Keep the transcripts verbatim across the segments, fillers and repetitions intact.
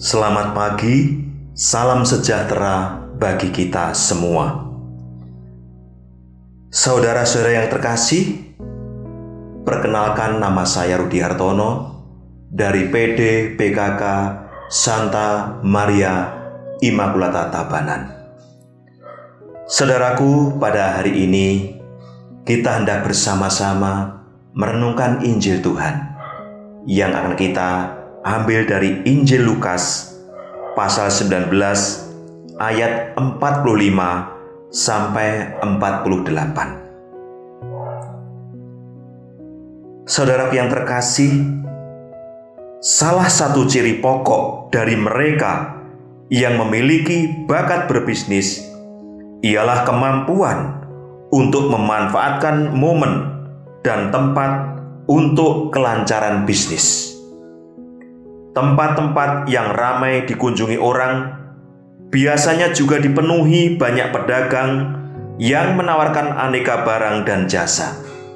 Selamat pagi, salam sejahtera bagi kita semua. Saudara-saudara yang terkasih, perkenalkan nama saya Rudi Hartono dari P D P K K Santa Maria Immaculata Tabanan. Saudaraku, pada hari ini kita hendak bersama-sama merenungkan Injil Tuhan yang akan kita ambil dari Injil Lukas pasal sembilan belas ayat empat puluh lima sampai empat puluh delapan. Saudara yang terkasih, salah satu ciri pokok dari mereka yang memiliki bakat berbisnis ialah kemampuan untuk memanfaatkan momen dan tempat untuk kelancaran bisnis. Tempat-tempat yang ramai dikunjungi orang biasanya juga dipenuhi banyak pedagang yang menawarkan aneka barang dan jasa.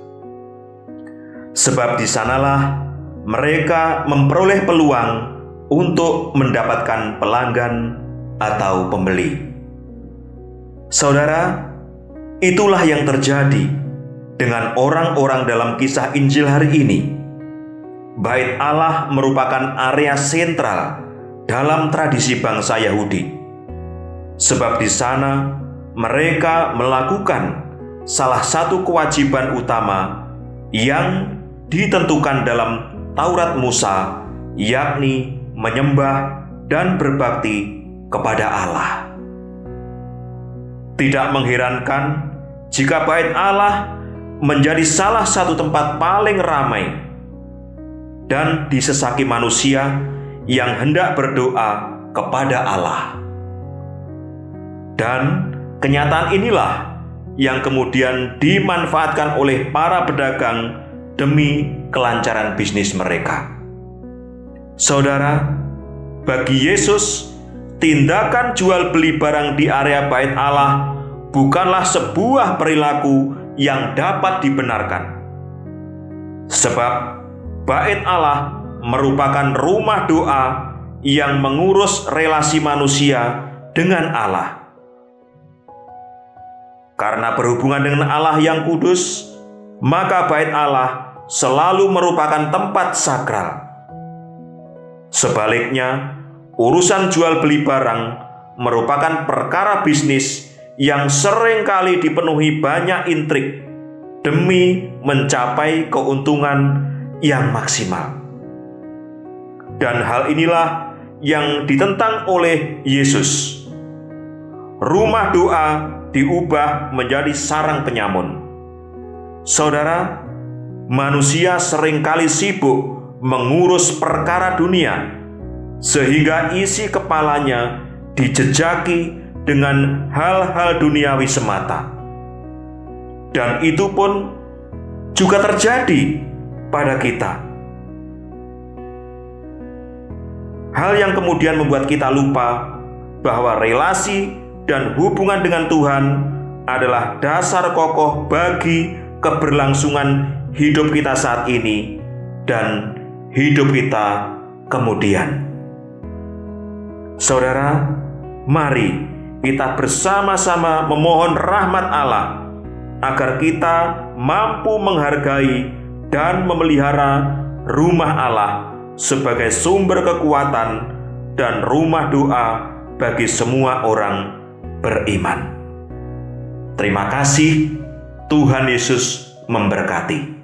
Sebab di sanalah mereka memperoleh peluang untuk mendapatkan pelanggan atau pembeli. Saudara, itulah yang terjadi dengan orang-orang dalam kisah Injil hari ini. Bait Allah merupakan area sentral dalam tradisi bangsa Yahudi. Sebab di sana mereka melakukan salah satu kewajiban utama yang ditentukan dalam Taurat Musa, yakni menyembah dan berbakti kepada Allah. Tidak mengherankan jika bait Allah menjadi salah satu tempat paling ramai dan disesaki manusia yang hendak berdoa kepada Allah. Dan kenyataan inilah yang kemudian dimanfaatkan oleh para pedagang demi kelancaran bisnis mereka. Saudara, bagi Yesus, tindakan jual beli barang di area bait Allah bukanlah sebuah perilaku yang dapat dibenarkan. Sebab bait Allah merupakan rumah doa yang mengurus relasi manusia dengan Allah. Karena berhubungan dengan Allah yang kudus, maka bait Allah selalu merupakan tempat sakral. Sebaliknya, urusan jual beli barang merupakan perkara bisnis yang seringkali dipenuhi banyak intrik demi mencapai keuntungan yang maksimal. Dan hal inilah yang ditentang oleh Yesus. Rumah doa diubah menjadi sarang penyamun. Saudara, manusia seringkali sibuk mengurus perkara dunia, sehingga isi kepalanya dijejaki dengan hal-hal duniawi semata. Dan itu pun juga terjadi pada kita. Hal yang kemudian membuat kita lupa bahwa relasi dan hubungan dengan Tuhan adalah dasar kokoh bagi keberlangsungan hidup kita saat ini dan hidup kita kemudian. Saudara, mari kita bersama-sama memohon rahmat Allah agar kita mampu menghargai dan memelihara rumah Allah sebagai sumber kekuatan dan rumah doa bagi semua orang beriman. Terima kasih. Tuhan Yesus memberkati.